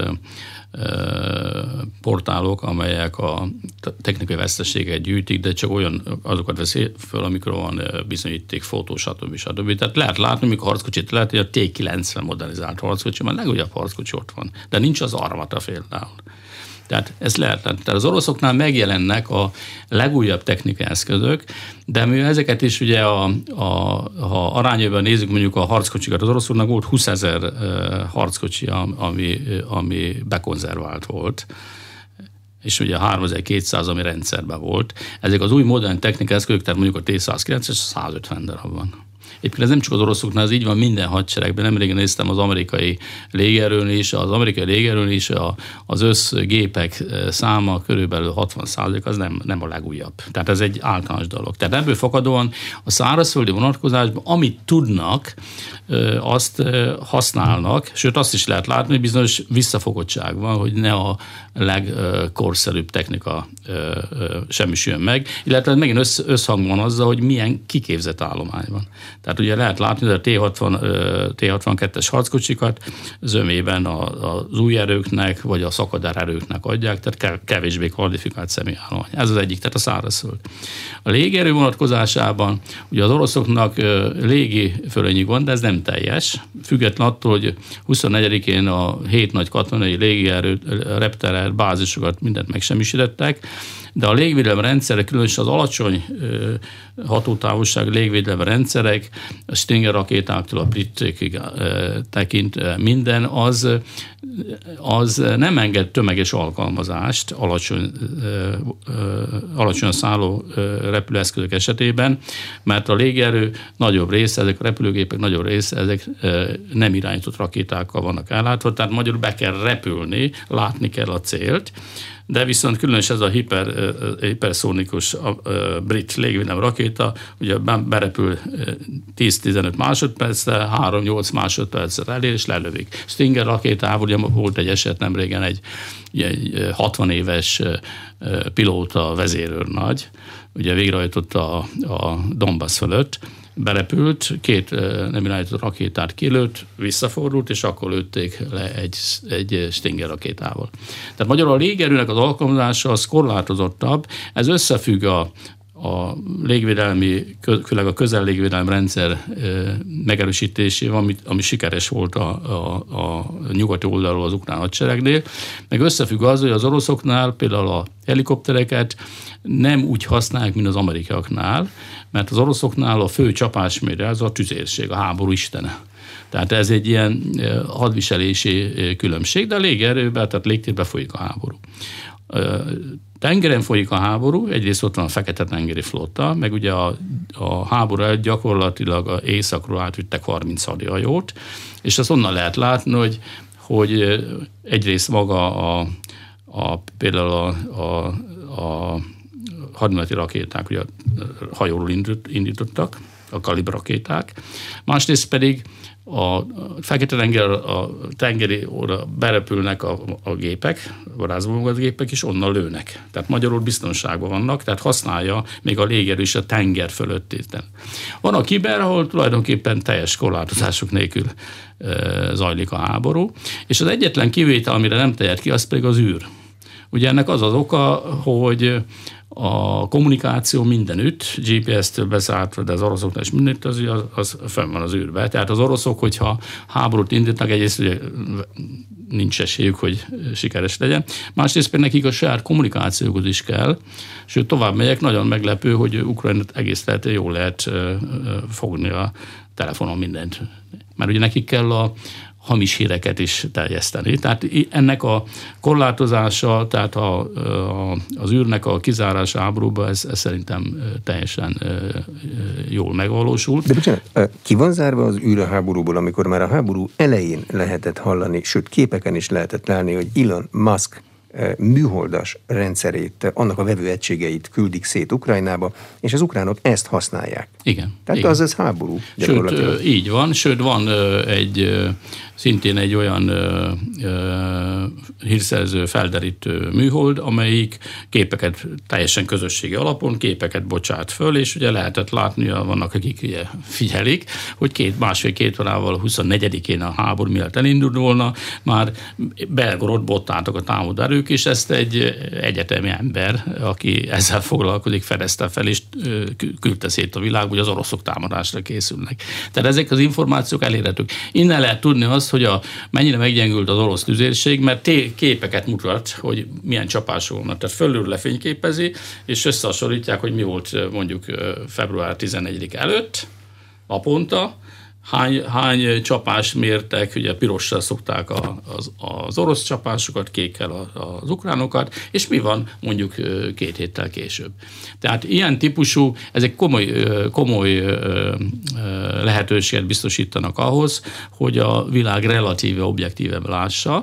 portálok, amelyek a technikai veszteséget gyűjtik, de csak olyan azokat veszi föl, amikor van bizonyíték, fotó, stb. stb. Tehát lehet látni, amikor harckocsit lehet, hogy a té kilencven modernizált harckocsi, mert legújabb harckocsi ott van, de nincs az Armata például. Tehát ez lehet. Tehát az oroszoknál megjelennek a legújabb technikai eszközök, de mivel ezeket is ugye a, a, ha arányában nézzük mondjuk a harckocsikat, az oroszoknak volt húszezer uh, harckocsi, ami, ami bekonzervált volt, és ugye háromezer-kétszáz, ami rendszerben volt. Ezek az új modern technikai eszközök, tehát mondjuk a té százkilenc, százötven darab van. Egyébként ez nem csak az oroszoknál, ez így van minden hadseregben. Nemrégen néztem az amerikai légierőn is, az amerikai légierőn is a, az összgépek száma körülbelül hatvan százalék, az nem, nem a legújabb. Tehát ez egy általános dolog. Tehát ebből fakadóan a szárazföldi vonatkozásban, amit tudnak, azt használnak, sőt azt is lehet látni, hogy bizonyos visszafogottság van, hogy ne a legkorszerűbb technika semmisüljön meg, illetve megint össz, összhangban azzal, hogy milyen kiképzett állomány van. Tehát ugye lehet látni, hogy a té hatvan, té hatvankettes harckocsikat zömében az új erőknek, vagy a szakadár erőknek adják, tehát kevésbé kvalifikált személyállomány. Ez az egyik, tehát a szárazföld. A légierő vonatkozásában ugye az oroszoknak légi fölényük van, de ez nem teljes. Független attól, hogy huszonnegyedikén a hét nagy katonai légierő repterer bázisokat mindent megsemmisítettek, de a légvédelmi rendszerek, különösen az alacsony hatótávolságú légvédelmi rendszerek, a Stinger rakétáktól a britekig tekint minden, az, az nem enged tömeges alkalmazást alacsony, alacsony szálló repülőeszközök esetében, mert a légierő nagyobb része, ezek a repülőgépek nagyobb része, ezek nem irányított rakétákkal vannak ellátva, tehát magyarul be kell repülni, látni kell a célt, de viszont különösen ez a hiper, hiperszónikus brit légvédelmi rakéta, ugye berepül tíz-tizenöt másodpercre, három-nyolc másodpercre elér, és lelövik. Stinger rakétával ugye volt egy eset nemrégen, egy, egy hatvan éves pilóta vezérőrnagy, ugye végrehajtotta a, a Donbass fölött, berepült, két nem irányított rakétát kilőtt, visszafordult, és akkor lőtték le egy, egy Stinger rakétával. Tehát magyarul a légierőnek az alkalmazása az korlátozottabb, ez összefügg a, a légvédelmi, főleg a közellégvédelmi rendszer megerősítésével, ami, ami sikeres volt a, a, a nyugati oldalról az ukrán hadseregnél, meg összefügg az, hogy az oroszoknál például a helikoptereket nem úgy használják, mint az amerikaiaknál, mert az oroszoknál a fő csapásmérő az a tüzérség, a háború istene. Tehát ez egy ilyen hadviselési különbség, de a légierőben, tehát légtérben folyik a háború. Tengeren folyik a háború, egyrészt ott van a Fekete-tengeri flotta, meg ugye a, a háború előtt gyakorlatilag a északról átvittek harminc hadihajót, és azt onnan lehet látni, hogy, hogy egyrészt maga a, a például a, a, a hadműveleti rakéták ugye hajóról indítottak, a Kalibr rakéták, másrészt pedig a Fekete-tenger, a tengeri óra berepülnek a, a gépek, varázsbombolt gépek, és onnan lőnek. Tehát magyarul biztonságban vannak, tehát használja még a légierő is a tenger fölött. Van a kiber, ahol tulajdonképpen teljes korlátozások nélkül e, zajlik a háború, és az egyetlen kivétel, amire nem tehet ki, az pedig az űr. Ugye ennek az az oka, hogy a kommunikáció mindenütt, gé pé es-től beszálltva, de az oroszoknál is mindenütt, az, az, az fenn van az űrbe. Tehát az oroszok, hogyha háborút indítnak, egyrészt ugye nincs esélyük, hogy sikeres legyen. Másrészt pedig nekik a saját kommunikációhoz is kell, sőt tovább megyek, nagyon meglepő, hogy Ukrajnát egész lehet, jól lehet fogni a telefonon mindent. Mert ugye nekik kell a hamis híreket is terjeszteni. Tehát ennek a korlátozása, tehát a, a, az űrnek a kizárása háborúba, ez, ez szerintem teljesen jól megvalósult. De bocsánat, ki van zárva az űr a háborúból, amikor már a háború elején lehetett hallani, sőt képeken is lehetett látni, hogy Elon Musk műholdas rendszerét, annak a vevőegységeit küldik szét Ukrajnába, és az ukránok ezt használják. Igen. Tehát igen. az ez háború. Sőt, így van, sőt van egy, szintén egy olyan hírszerző, felderítő műhold, amelyik képeket teljesen közösségi alapon, képeket bocsát föl, és ugye lehetett látni, vannak, akik ugye figyelik, hogy két, másfél-két órával huszonnegyedikén a háború miatt elindult volna, már Belgorod bottáltak a támadó erők, és ezt egy egyetemi ember, aki ezzel foglalkozik, fedezte fel, és küldte szét a világba, hogy az oroszok támadásra készülnek. Tehát ezek az információk elérhetők. Innen lehet tudni azt, hogy a, mennyire meggyengült az orosz tüzérség, mert té- képeket mutat, hogy milyen csapás volna. Tehát fölül lefényképezi, és összehasonlítják, hogy mi volt mondjuk február tizennegyedike előtt, naponta, Hány, hány csapást mértek, ugye pirossal szokták a, az, az orosz csapásokat, kékkel az ukránokat, és mi van mondjuk két héttel később. Tehát ilyen típusú, ezek komoly, komoly lehetőséget biztosítanak ahhoz, hogy a világ relatíve objektíven lássa,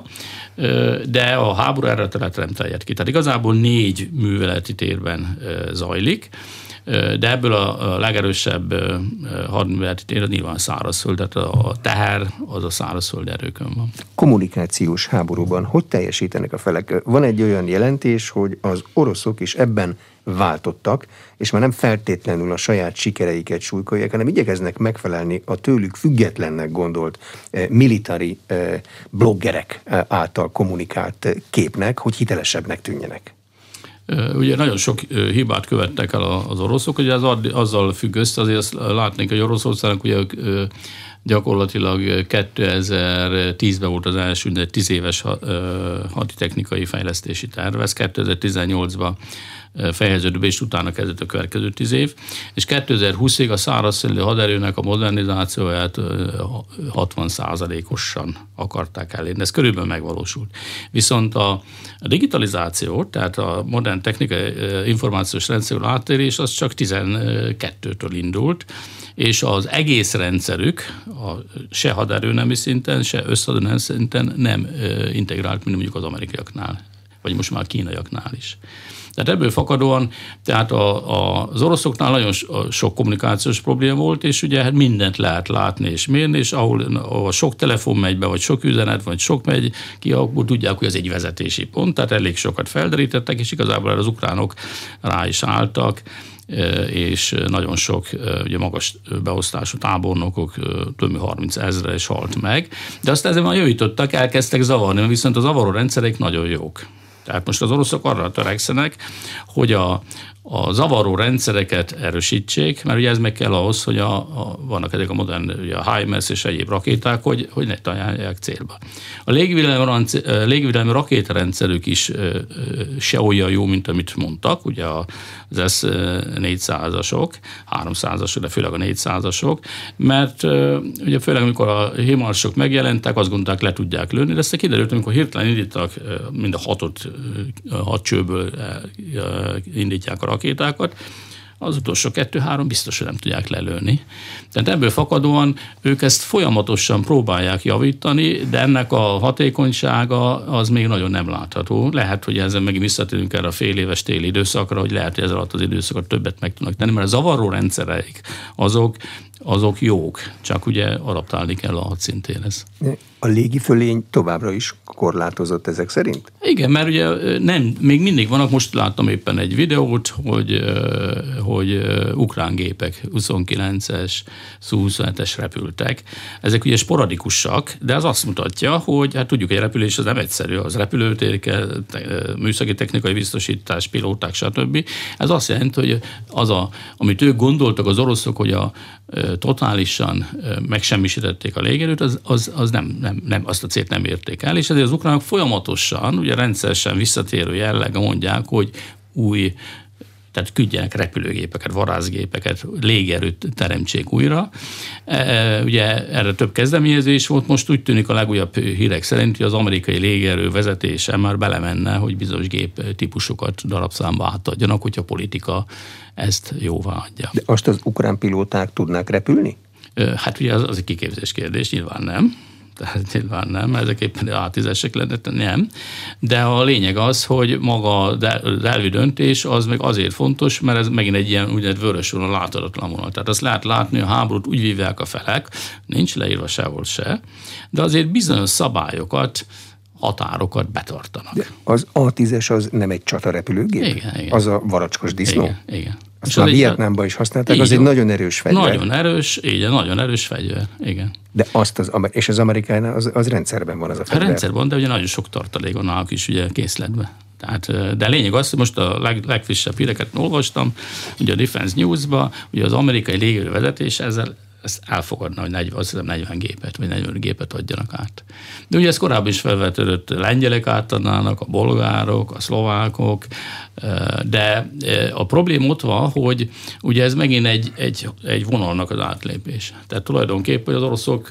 de a háború erre a területre nem terjed ki. Tehát igazából négy műveleti térben zajlik, de ebből a legerősebb hadműveleti tér nyilván szárazföld, tehát a teher az a szárazföld erőkön van. Kommunikációs háborúban hogy teljesítenek a felek? Van egy olyan jelentés, hogy az oroszok is ebben váltottak, és már nem feltétlenül a saját sikereiket súlykolják, hanem igyekeznek megfelelni a tőlük függetlennek gondolt eh, military eh, bloggerek által kommunikált képnek, hogy hitelesebbnek tűnjenek. Ugye nagyon sok hibát követtek el az oroszok, ugye ez azzal függ össze, azért azt látnék, hogy Oroszországnak ugye gyakorlatilag kétezer-tízben volt az első tíz éves haditechnikai fejlesztési terv, ez kétezer-tizennyolcban fejeződő be, és utána kezdett a következő tíz év, és kétezer-húszig a szárazföldi haderőnek a modernizációját hatvan százalékosan akarták elérni. Ez körülbelül megvalósult. Viszont a digitalizáció, tehát a modern technikai információs rendszerű áttérés, az csak tizenkettőtől indult, és az egész rendszerük a se haderőnemi szinten, se összhaderőnemi szinten nem integrált, mint mondjuk az amerikaiaknál, vagy most már a kínaiaknál is. Tehát ebből fakadóan, tehát a, a, az oroszoknál nagyon sok kommunikációs probléma volt, és ugye hát mindent lehet látni és mérni, és ahol, ahol sok telefon megy be, vagy sok üzenet, vagy sok megy ki, akkor tudják, hogy ez egy vezetési pont, tehát elég sokat felderítettek, és igazából az ukránok rá is álltak, és nagyon sok ugye magas beosztású tábornokok, több mint harminc ezre is halt meg, de aztán ezzel már javítottak, elkezdtek zavarni, viszont a zavaró rendszerek nagyon jók. Tehát most az oroszok arra törekszenek, hogy a, a zavaró rendszereket erősítsék, mert ugye ez meg kell ahhoz, hogy a, a, vannak ezek a modern ugye a HIMARS és egyéb rakéták, hogy, hogy ne találják célba. A légvédelmi rakétarendszerük is se olyan jó, mint amit mondtak, ugye az es négyszázasok, háromszázasok, de főleg a négyszázasok, mert ugye főleg amikor a HIMARS-ok megjelentek, azt gondolták, le tudják lőni, de aztán kiderült, amikor hirtelen indítak, mind a hatot, hat csőből indítják a rakétákat, az utolsó kettő-három biztos, hogy nem tudják lelőni. Tehát ebből fakadóan ők ezt folyamatosan próbálják javítani, de ennek a hatékonysága az még nagyon nem látható. Lehet, hogy ezzel megint visszatérünk erre a fél éves téli időszakra, hogy lehet, hogy ez alatt az időszakot többet meg tudnak tenni, mert a zavaró rendszereik azok, azok jók, csak ugye adaptálni kell a hadszintéhez. A légifölény továbbra is korlátozott ezek szerint? Igen, mert ugye nem, még mindig vannak, most láttam éppen egy videót, hogy, hogy ukrán gépek huszonkilences, szú huszonhetes repültek. Ezek ugye sporadikusak, de az azt mutatja, hogy hát tudjuk, hogy a repülés az nem egyszerű, az repülőtér kell, műszaki technikai biztosítás, pilóták, stb. Ez azt jelenti, hogy az, a, amit ők gondoltak az oroszok, hogy a totálisan megsemmisítették a légerőt, az, az, az nem, nem, nem, azt a célt nem érték el, és ezért az ukránok folyamatosan, ugye rendszeresen visszatérő jelleggel mondják, hogy új tehát küldjenek repülőgépeket, vadászgépeket, légierőt teremtsék újra. Ugye erre több kezdeményezés volt, most úgy tűnik a legújabb hírek szerint, hogy az amerikai légierő vezetése már belemenne, hogy bizonyos gép típusokat darabszámba átadjanak, hogyha a politika ezt jóvá adja. De azt az ukrán pilóták tudnák repülni? Hát ugye az, az egy kiképzés kérdés, nyilván nem. Tehát nyilván nem, ezek éppen á tízesek lenne, nem. De a lényeg az, hogy maga az elvi döntés az meg azért fontos, mert ez megint egy ilyen úgynevezett vörös vonal, láthatatlan vonal. Tehát azt lehet látni, a háborút úgy vívják a felek, nincs leírva sehol se, de azért bizonyos szabályokat, határokat betartanak. De az á tízes az nem egy csatarepülőgép? Igen, igen. Az a varacskos disznó? Igen, igen. Azt már Vietnámban is használták, az egy nagyon erős fegyver. Nagyon erős, igen, nagyon erős fegyver, igen. De azt az, és az amerikánál az, az rendszerben van az a fegyver? A rendszerben, de ugye nagyon sok tartalék van náluk is ugye készletben. Tehát, de lényeg az, hogy most a leg, legfrissebb híreket olvastam, ugye a Defense News-ba, ugye az amerikai légierő vezetés ezzel ezt elfogadna, hogy negyven, azt hiszem negyven gépet, vagy negyven gépet adjanak át. De ugye ez korábban is felvetődött, lengyelek átadnának, a bolgárok, a szlovákok, de a problém ott van, hogy ugye ez megint egy, egy, egy vonalnak az átlépés. Tehát tulajdonképpen az oroszok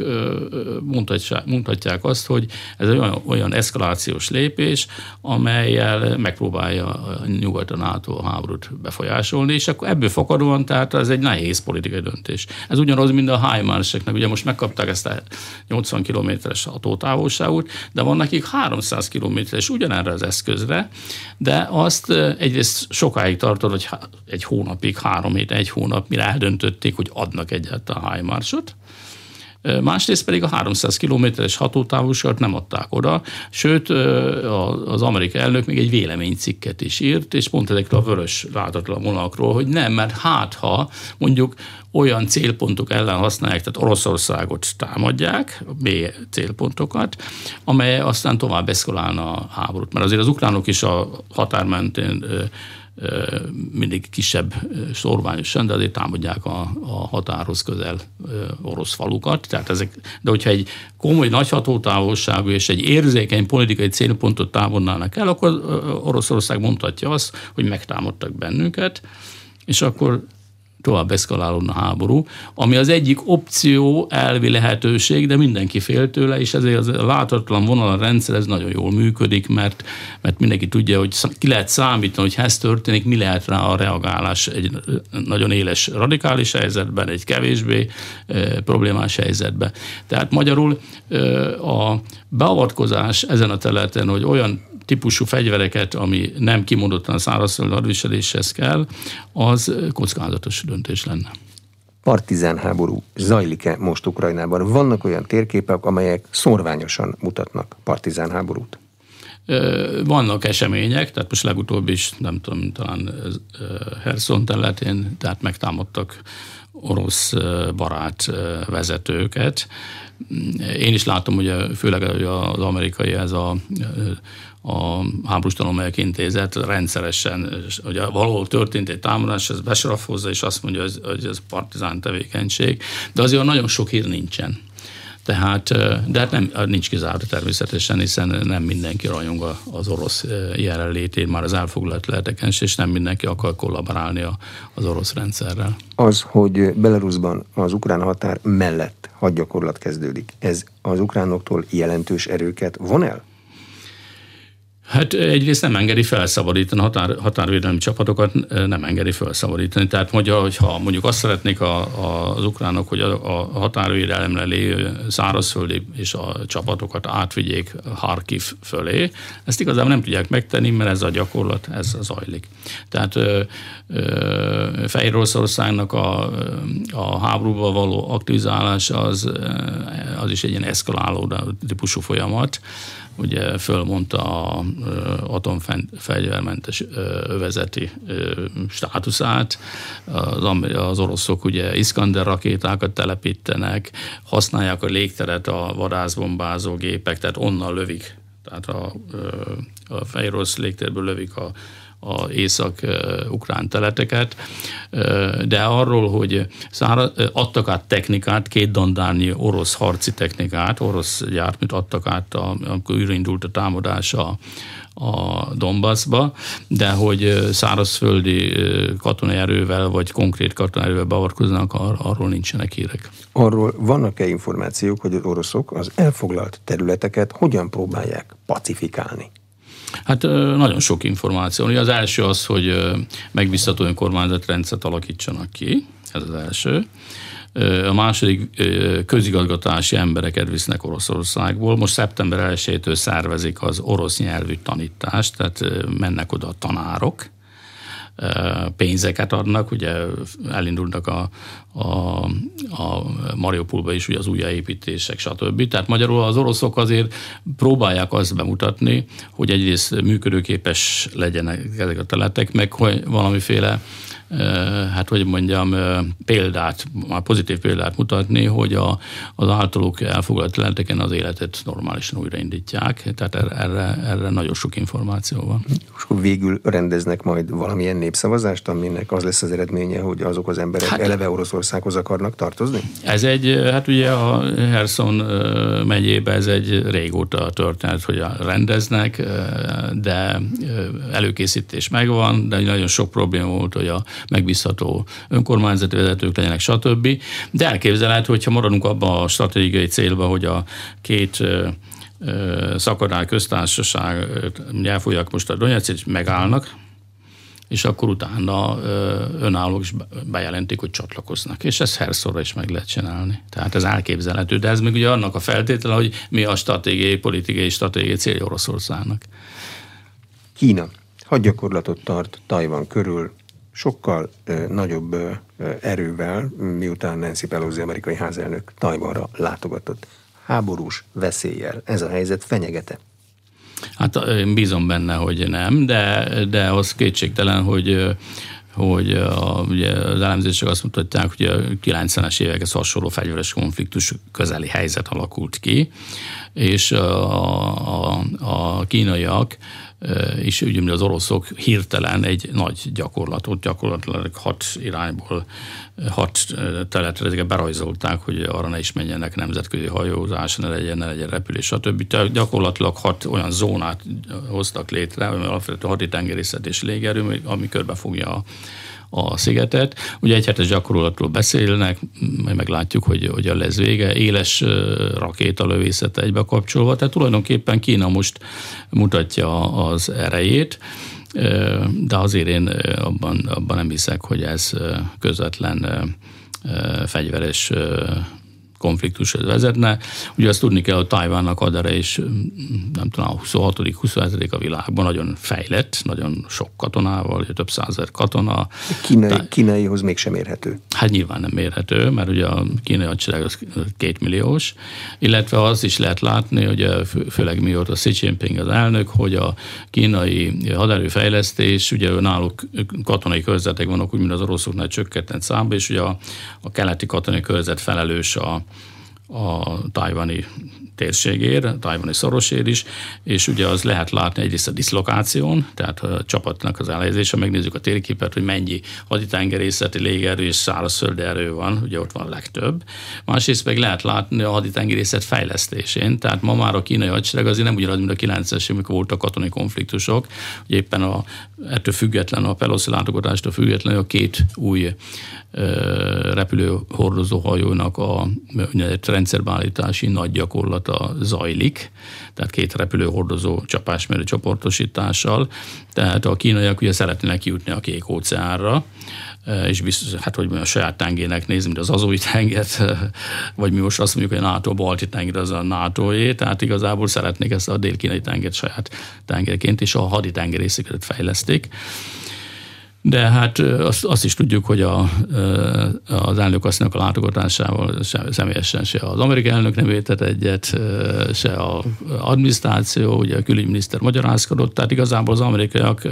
mondhatják azt, hogy ez egy olyan, olyan eszkalációs lépés, amellyel megpróbálja a nyugaton ától a háborút befolyásolni, és akkor ebből fakadóan, tehát ez egy nehéz politikai döntés. Ez ugyanaz, mint a HIMARS-eknek, ugye most megkapták ezt a nyolcvan kilométeres hatótávolságot, de van nekik háromszáz kilométeres ugyanerre az eszközre, de azt egyrészt sokáig tartott, hogy egy hónapig, három hét, egy hónap, mire eldöntötték, hogy adnak egyáltalán a HIMARS-ot. Másrészt pedig a háromszáz kilométeres hatótávolságot nem adták oda, sőt az amerikai elnök még egy véleménycikket is írt, és pont ezekről a vörös láthatatlan vonalakról, hogy nem, mert hát ha mondjuk olyan célpontok ellen használják, tehát Oroszországot támadják, B célpontokat, amely aztán tovább eszkalálna a háborút. Mert azért az ukránok is a határ mentén mindig kisebb szorványosan, de azért támadják a, a határhoz közel orosz falukat. Tehát ezek, de hogyha egy komoly nagy hatótávolságú és egy érzékeny politikai célpontot támadnának el, akkor Oroszország mondhatja azt, hogy megtámadtak bennünket, és akkor tovább eszkalálódna a háború, ami az egyik opció, elvi lehetőség, de mindenki fél tőle, és ezért az láthatatlan vonal a rendszer, ez nagyon jól működik, mert, mert mindenki tudja, hogy ki lehet számítani, hogy ha ez történik, mi lehet rá a reagálás egy nagyon éles radikális helyzetben, egy kevésbé e, problémás helyzetben. Tehát magyarul e, a beavatkozás ezen a területen, hogy olyan típusú fegyvereket, ami nem kimondottan szárazföldi hadviseléshez kell, az kockázatos döntés lenne. Partizán háború zajlik-e most Ukrajnában? Vannak olyan térképek, amelyek szorványosan mutatnak partizán háborút? Vannak események, tehát most legutóbb is, nem tudom, talán Herson területén, tehát megtámadtak orosz barát vezetőket. Én is látom, hogy főleg az amerikai ez a a háborús tanulmányok intézet rendszeresen, hogy valahol történt egy támadás, ez besarafozza, és azt mondja, hogy ez partizán tevékenység, de azért nagyon sok hír nincsen. Tehát, de hát nem, nincs kizárt természetesen, hiszen nem mindenki rajong az orosz jelenlétén már az elfoglalt leheteken, és nem mindenki akar kollaborálni az orosz rendszerrel. Az, hogy Belarusban az ukrán határ mellett hadgyakorlat kezdődik, ez az ukránoktól jelentős erőket von el? Hát egyrészt nem engedi felszabadítani, határ, határvédelmi csapatokat nem engedi felszabadítani. Tehát mondja, hogyha mondjuk azt szeretnék a, a, az ukránok, hogy a, a határvédelemre lévő szárazföldi és a csapatokat átvigyék Harkiv fölé, ezt igazából nem tudják megtenni, mert ez a gyakorlat, ez zajlik. Tehát Fehér Oroszországnak a, a háborúban való aktivizálása az, az is egy ilyen eszkaláló típusú folyamat. Ugye fölmondta az atomfegyvermentes övezeti státuszát, az oroszok ugye Iskander rakétákat telepítenek, használják a légteret a vadászbombázó gépek, tehát onnan lövik, tehát a, a fehér orosz légtérből lövik a az észak-ukrán teleteket, de arról, hogy adtak át technikát, két dandárnyi orosz harci technikát, orosz gyártműt adtak át, amikor újraindult a támadás a, a Donbassba, de hogy szárazföldi katonai erővel, vagy konkrét katonai erővel beavatkoznak, ar- arról nincsenek hírek. Arról vannak-e információk, hogy az oroszok az elfoglalt területeket hogyan próbálják pacifikálni? Hát nagyon sok információ. Az első az, hogy megbízható önkormányzati rendszert alakítsanak ki, ez az első. A második, közigazgatási embereket visznek Oroszországból. Most szeptember elsejétől szervezik az orosz nyelvű tanítást, tehát mennek oda a tanárok, pénzeket adnak, ugye elindulnak a, a, a Mariupolba is ugye az újjáépítések, stb. Tehát magyarul az oroszok azért próbálják azt bemutatni, hogy egyrészt működőképes legyenek ezek a területek, meg hogy valamiféle hát hogy mondjam, példát, már pozitív példát mutatni, hogy a, az általuk elfoglalt területeken az életet normálisan újraindítják, tehát erre, erre nagyon sok információ van. És akkor végül rendeznek majd valamilyen népszavazást, aminek az lesz az eredménye, hogy azok az emberek hát, eleve Oroszországhoz akarnak tartozni? Ez egy, hát ugye a Herson megyébe ez egy régóta történet, hogy rendeznek, de előkészítés megvan, de nagyon sok probléma volt, hogy a megbízható önkormányzati vezetők legyenek, stb. De elképzelhető, hogyha maradunk abban a stratégiai célba, hogy a két szakadár köztársaság elfogják most a Donetszet, és megállnak, és akkor utána önállók is bejelentik, hogy csatlakoznak. És ezt Hersonra is meg lehet csinálni. Tehát ez elképzelhető, de ez még ugye annak a feltétele, hogy mi a stratégiai, politikai, stratégiai célja Oroszországnak. Kína hadgyakorlatot tart Tajvan körül, sokkal ö, nagyobb ö, erővel, miután Nancy Pelosi amerikai házelnök Tajvanra látogatott. Háborús veszéllyel ez a helyzet fenyegete? Hát én bízom benne, hogy nem, de, de az kétségtelen, hogy hogy a, ugye az elemzések azt mutatják, hogy a kilencvenes évekhez hasonló fegyveres konfliktus közeli helyzet alakult ki, és a, a, a kínaiak és ugye az oroszok hirtelen egy nagy gyakorlatot, gyakorlatilag hat irányból, hat területre berajzolták, hogy arra ne is menjenek nemzetközi hajózás, ne legyen, ne legyen repülés, stb. Tehát gyakorlatilag hat olyan zónát hoztak létre, ami alapvetően haditengerészet és légerő, ami körbefogja a a szigetet. Ugye egy hetes gyakorlatról beszélnek, majd meglátjuk, hogy hogyan lesz vége. Éles rakétalövészet egybe kapcsolva, tehát tulajdonképpen Kína most mutatja az erejét, de azért én abban, abban nem hiszek, hogy ez közvetlen fegyveres konfliktushoz vezetne. Ugye azt tudni kell, hogy Tajvannak hadere is, nem tudom, a huszonhatodik huszonhetedik a világban, nagyon fejlett, nagyon sok katonával, több százezer katona. Kínai, Tá... Kínaihoz mégsem érhető. Hát nyilván nem érhető, mert ugye a kínai hadsereg az kétmilliós, illetve az is lehet látni, hogy főleg mióta Xi Jinping az elnök, hogy a kínai haderőfejlesztés, ugye náluk katonai körzetek vannak, úgy, mint az oroszoknál csökkentett számba, és ugye a, a keleti katonai körzet felelős a a tajvani térségért, a tajvani szorosért is, és ugye az lehet látni egyrészt a diszlokáción, tehát a csapatnak az elhelyezése, megnézzük a térképet, hogy mennyi haditengerészeti, légerő és szárazföldi erő van, ugye ott van a legtöbb. Másrészt meg lehet látni a haditengerészet fejlesztésén, tehát ma már a kínai hadsereg azért nem ugyanaz, mint a kilencvenes, amikor voltak katonai konfliktusok, hogy éppen a, ettől független, a Pelosi látogatástól függetlenül a két új repülő hordozóhajónak a rendszerbeállítási nagy gyakorlata zajlik, tehát két repülő hordozó csapásmérő csoportosítással, tehát a kínaiak ugye szeretnének kijutni a Kék óceánra, és biztos, hát hogy a saját tengének nézni, mint az Azói tengert, vagy mi most azt mondjuk, hogy a NATO balti tenger az a nátóé, tehát igazából szeretnék ezt a dél-kínai tengert saját tengerként, és a haditengerészeket fejleszték. De hát azt, azt is tudjuk, hogy a, az elnök asszonynak a látogatásával személyesen se az amerikai elnök nem értett egyet, se az adminisztráció, ugye a külügyminiszter magyarázkodott, tehát igazából az amerikaiak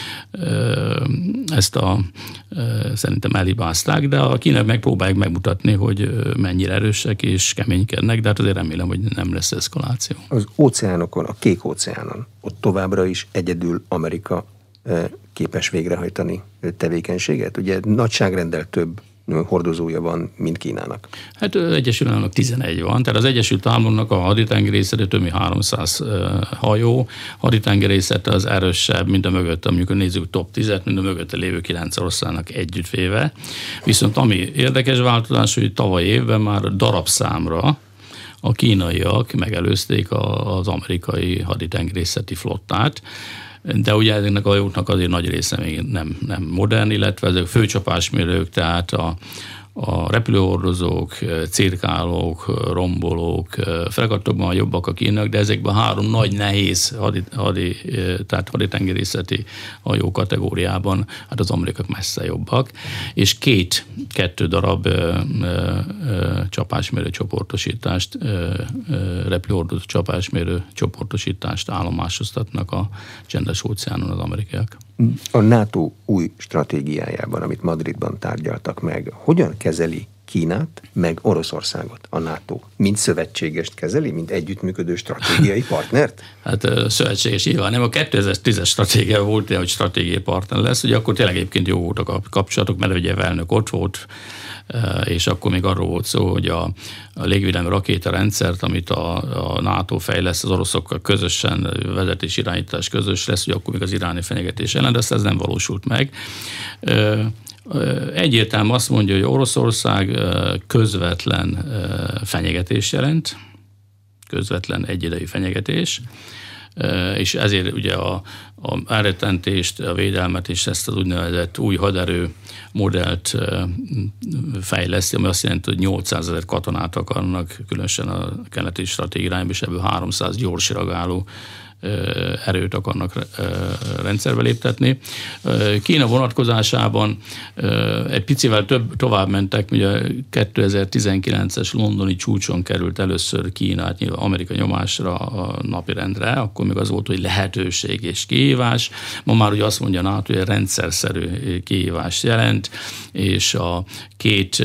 ezt a szerintem elhibázták, de a kínaiak megpróbálják megmutatni, hogy mennyire erősek és keménykednek, de hát azért remélem, hogy nem lesz eszkaláció. Az óceánokon, a Kék óceánon, ott továbbra is egyedül Amerika képes végrehajtani tevékenységet? Ugye nagyságrenddel több hordozója van, mint Kínának? Hát Egyesült Államok tizenegy van, tehát az Egyesült Államoknak a haditengerészete több mint háromszáz hajó, haditengerészete az erősebb, mint a mögött, amikor nézzük top tízet, mint a mögötte lévő kilenc országnak együttvéve. Viszont ami érdekes változás, hogy tavaly évben már darabszámra a kínaiak megelőzték az amerikai haditengerészeti flottát, de ugye ezeknek a hajóknak azért nagy része még nem, nem modern, illetve ezek főcsapásmérők, tehát a, a repülőhordozók, cirkálók, rombolók, fregattokban jobbak a kínaiak, de ezekben három nagy nehéz hadi, hadi, tehát haditengerészeti hajó kategóriában hát az amerikaiak messze jobbak, és két, kettő darab ö, ö, ö, csapásmérő csoportosítást, ö, ö, repülőhordozó csapásmérő csoportosítást állomásoztatnak a csendes óceánon az amerikaiak. A NATO új stratégiájában, amit Madridban tárgyaltak meg, hogyan kezeli Kínát, meg Oroszországot a NATO? Mint szövetségest kezeli, mint együttműködő stratégiai partnert? Hát szövetséges nyilván nem. A kétezer-tízes stratégia volt, hogy stratégiai partner lesz, ugye akkor tényleg egyébként jó voltak a kapcsolatok, mert ugye elnök ott volt, és akkor még arról volt szó, hogy a, a légvédelmi rakétarendszert, amit a, a NATO fejleszt, az oroszokkal közösen vezetés irányítás közös lesz, hogy akkor még az iráni fenyegetés ellen, de ez nem valósult meg. Egyértelmű azt mondja, hogy Oroszország közvetlen fenyegetés jelent, közvetlen egyidejű fenyegetés, és ezért ugye a, a elrettentést, a védelmet és ezt az úgynevezett új haderő modellt fejleszti, ami azt jelenti, hogy nyolcszázezer katonát akarnak, különösen a keleti stratégiájában, és ebből háromszáz gyors reagáló erőt akarnak rendszerbe léptetni. Kína vonatkozásában egy picivel több tovább mentek, ugye kétezer-tizenkilences londoni csúcson került először Kínát nyilván Amerika nyomásra a napirendre, akkor még az volt, hogy lehetőség és kihívás. Ma már ugye azt mondja NATO, hogy rendszerszerű kihívás jelent, és a két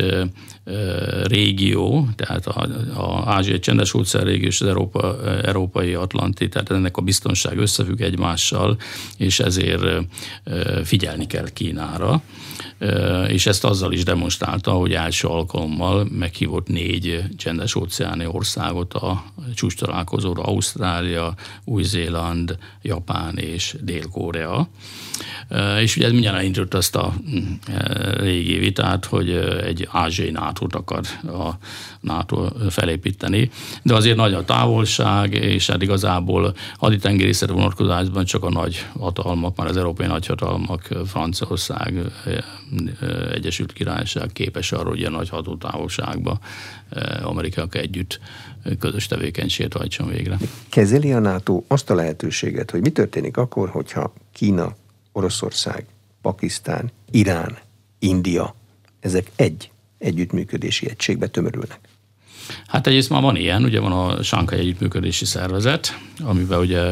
régió, tehát az ázsiai csendes óceán régió és az Európa, európai Atlanti, tehát ennek a biztonság összefügg egymással, és ezért figyelni kell Kínára. És ezt azzal is demonstrálta, hogy első alkalommal meghívott négy csendes óceáni országot a csúcs találkozóra: Ausztrália, Új-Zéland, Japán és Dél-Korea. És ugye ez mindjárt elindult azt a régi vitát, hogy egy ázsiai nátót akar a NATO felépíteni, de azért nagy a távolság, és hát igazából haditengerészet vonatkozásban csak a nagy hatalmak, már az európai nagyhatalmak, Franciaország, Egyesült Királyság képes arra, hogy ilyen nagy hatótávolságban amerikaiak együtt közös tevékenységet hajtson végre. Kezeli a NATO azt a lehetőséget, hogy mi történik akkor, hogyha Kína, Oroszország, Pakisztán, Irán, India, ezek egy együttműködési egységbe tömörülnek? Hát egyrészt már van ilyen, ugye van a Shanghai Együttműködési Szervezet, amiben ugye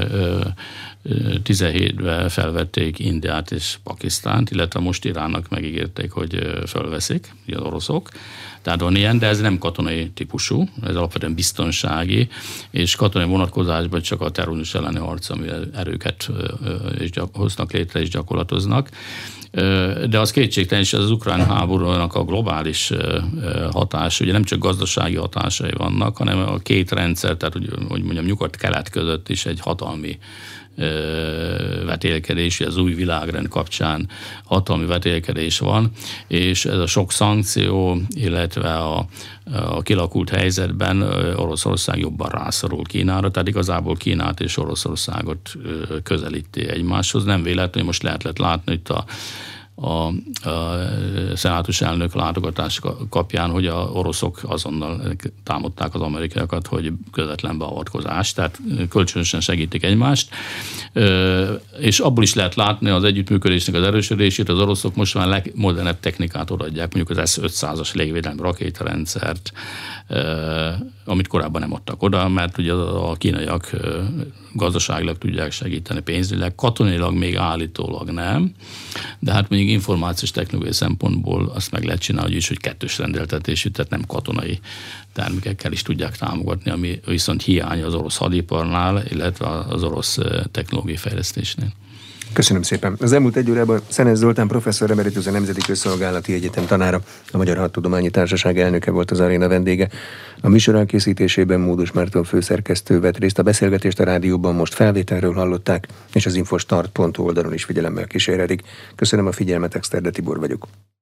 tizenhétben felvették Indiát és Pakisztánt, illetve most Iránnak megígérték, hogy felveszik, ugye az oroszok. Tehát van ilyen, de ez nem katonai típusú, ez alapvetően biztonsági, és katonai vonatkozásban csak a terrorizmus elleni harc, ami erőket hoznak létre és gyakorlatoznak. De az kétségtelen is az ukrán háborúnak a globális hatás, ugye nem csak gazdasági hatásai vannak, hanem a két rendszer, tehát hogy mondjam, nyugat-kelet között is egy hatalmi vetélkedés, az új világrend kapcsán hatalmi vetélkedés van, és ez a sok szankció, illetve a, a kilakult helyzetben Oroszország jobban rászorul Kínára, tehát igazából Kínát és Oroszországot közelíti egymáshoz. Nem véletlen, hogy most lehet, lehet látni itt a a, a szenátus elnök látogatás kapján, hogy a oroszok azonnal támadták az amerikaiakat, hogy közvetlen beavatkozás, tehát kölcsönösen segítik egymást, és abból is lehet látni az együttműködésnek az erősödését, az oroszok most már legmodernebb technikát odaadják, mondjuk az S ötszázas légvédelmi rakétarendszert, amit korábban nem adtak oda, mert ugye a kínaiak gazdaságilag tudják segíteni, pénzügyileg, katonailag még állítólag nem, de hát mondjuk információs technológiai szempontból azt meg lehet csinálni, hogy, hogy kettős rendeltetésű, tehát nem katonai termékekkel is tudják támogatni, ami viszont hiány az orosz hadiparnál, illetve az orosz technológiai fejlesztésnél. Köszönöm szépen. Az elmúlt egy órában Szenes Zoltán professzor emeritus, a Nemzeti Közszolgálati Egyetem tanára, a Magyar Hadtudományi Társaság elnöke volt az aréna vendége. A műsor elkészítésében Módos Márton főszerkesztő vett részt, a beszélgetést a rádióban most felvételről hallották, és az infostart pont oldalon is figyelemmel kísérhetik. Köszönöm a figyelmet, Exterde Tibor vagyok.